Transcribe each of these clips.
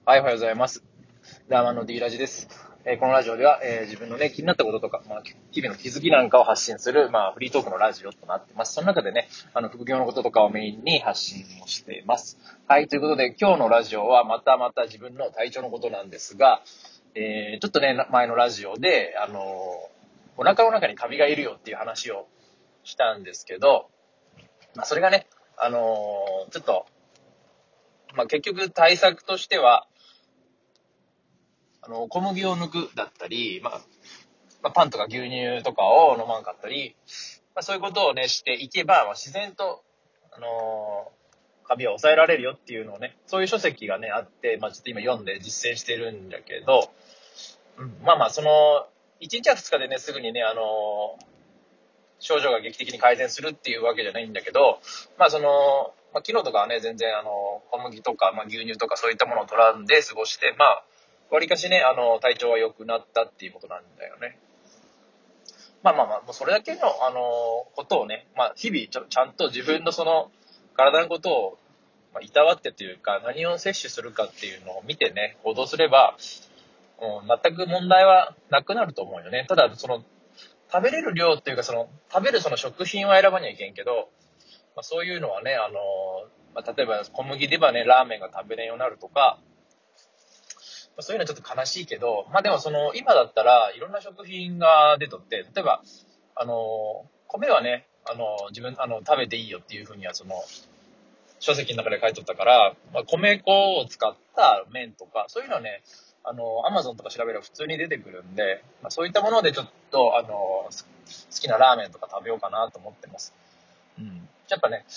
はい、おはようございます。ラーマンの D ラジです。このラジオでは、自分のね、気になったこととか、日々の気づきなんかを発信する、フリートークのラジオとなってます。その中でね、副業のこととかをメインに発信をしています。はい、ということで、今日のラジオはまた自分の体調のことなんですが、ちょっとね、前のラジオで、お腹の中にカビがいるよっていう話をしたんですけど、それがね、ちょっと、結局対策としては、小麦を抜くだったり、パンとか牛乳とかを飲まんかったり、そういうことをね、していけば、自然と、カビを抑えられるよっていうのをね、そういう書籍がね、あって、ちょっと今読んで実践してるんだけど、1日や2日でね、すぐにね、症状が劇的に改善するっていうわけじゃないんだけど、昨日とかはね、全然小麦とか、牛乳とかそういったものを取らんで過ごして、わりかしね、体調は良くなったっていうことなんだよね。もうそれだけの、ことをね、日々ちゃんと自分のその、体のことを、いたわってというか、何を摂取するかっていうのを見てね、行動すれば、全く問題はなくなると思うよね。ただ、食べれる量っていうか、食べるその食品を選ばにはいけんけど、そういうのはね、例えば小麦で言えばね、ラーメンが食べれんようになるとか、そういうのはちょっと悲しいけど、でも今だったらいろんな食品が出とって、例えば、米はね、自分、食べていいよっていうふうには、書籍の中で書いとったから、米粉を使った麺とか、そういうのはね、アマゾンとか調べれば普通に出てくるんで、そういったものでちょっと、好きなラーメンとか食べようかなと思ってます。やっぱね、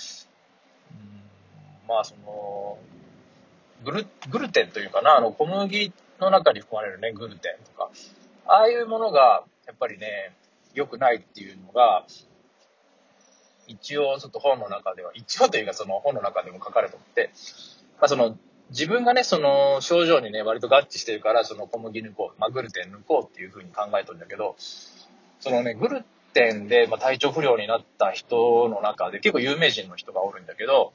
グルテンというかな、小麦の中に含まれるね、グルテンとか、ああいうものが、やっぱりね、良くないっていうのが、一応ちょっと本の中では、一応というかその本の中でも書かれておって、自分がね、その症状にね、割と合致してるから、その小麦抜こう、グルテン抜こうっていうふうに考えてるんだけど、そのね、グルテンで、体調不良になった人の中で、結構有名人の人がおるんだけど、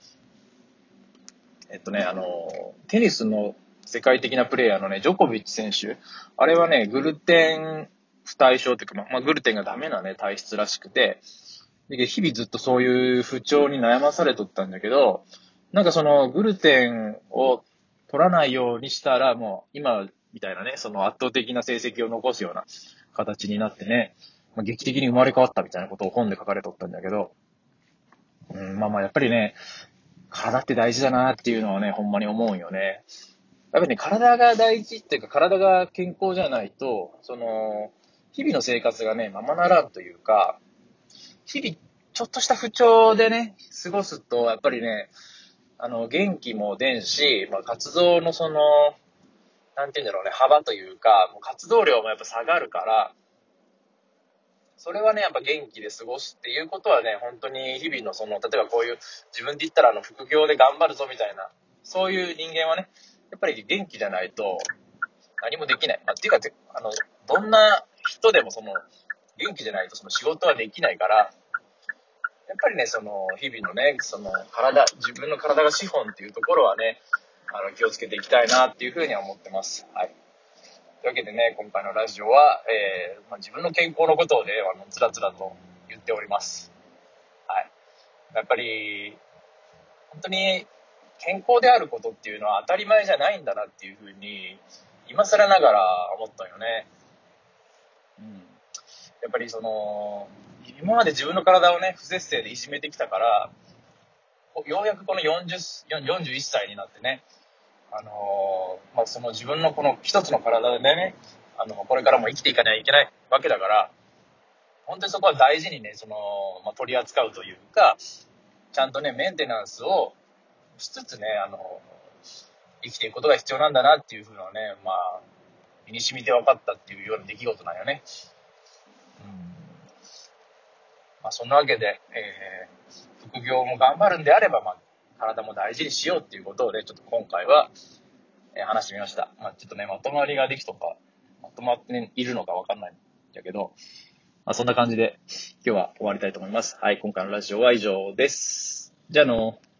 テニスの世界的なプレイヤーのね、ジョコビッチ選手、あれはね、グルテン不対症というか、グルテンがダメなね、体質らしくて、で日々ずっとそういう不調に悩まされとったんだけど、なんかそのグルテンを取らないようにしたら、もう今みたいなね、その圧倒的な成績を残すような形になってね、劇的に生まれ変わったみたいなことを本で書かれとったんだけど、やっぱりね、体って大事だなっていうのはね、ほんまに思うよね。やっぱりね、体が大事っていうか、体が健康じゃないと、日々の生活がね、ままならんというか、日々、ちょっとした不調でね、過ごすと、やっぱりね、元気も出んし、活動のなんていうんだろうね、幅というか、もう活動量もやっぱ下がるから、それはね、やっぱ元気で過ごすっていうことはね、本当に日々の例えばこういう、自分で言ったら副業で頑張るぞみたいな、そういう人間はね、やっぱり元気じゃないと何もできない。っていうか、どんな人でも元気じゃないと仕事はできないから、やっぱりね、日々のね、自分の体が資本っていうところはね、気をつけていきたいなっていうふうには思ってます。はい。というわけでね、今回のラジオは、自分の健康のことをね、つらつらと言っております。はい。やっぱり、本当に健康であることっていうのは当たり前じゃないんだなっていうふうに、今更ながら思ったよね。やっぱり今まで自分の体をね、不摂生でいじめてきたから、ようやくこの41歳になってね、自分のこの一つの体でね、これからも生きていかなきゃいけないわけだから、本当にそこは大事にね、取り扱うというか、ちゃんとね、メンテナンスをしつつね、生きていくことが必要なんだなっていうふうなね、身に染みて分かったっていうような出来事なんよね。そんなわけで、副業も頑張るんであれば、体も大事にしようっていうことをね、ちょっと今回は、話してみました。ちょっとね、まとまりができとか、まとまっているのかわかんないんだけど、そんな感じで今日は終わりたいと思います。はい、今回のラジオは以上です。じゃあ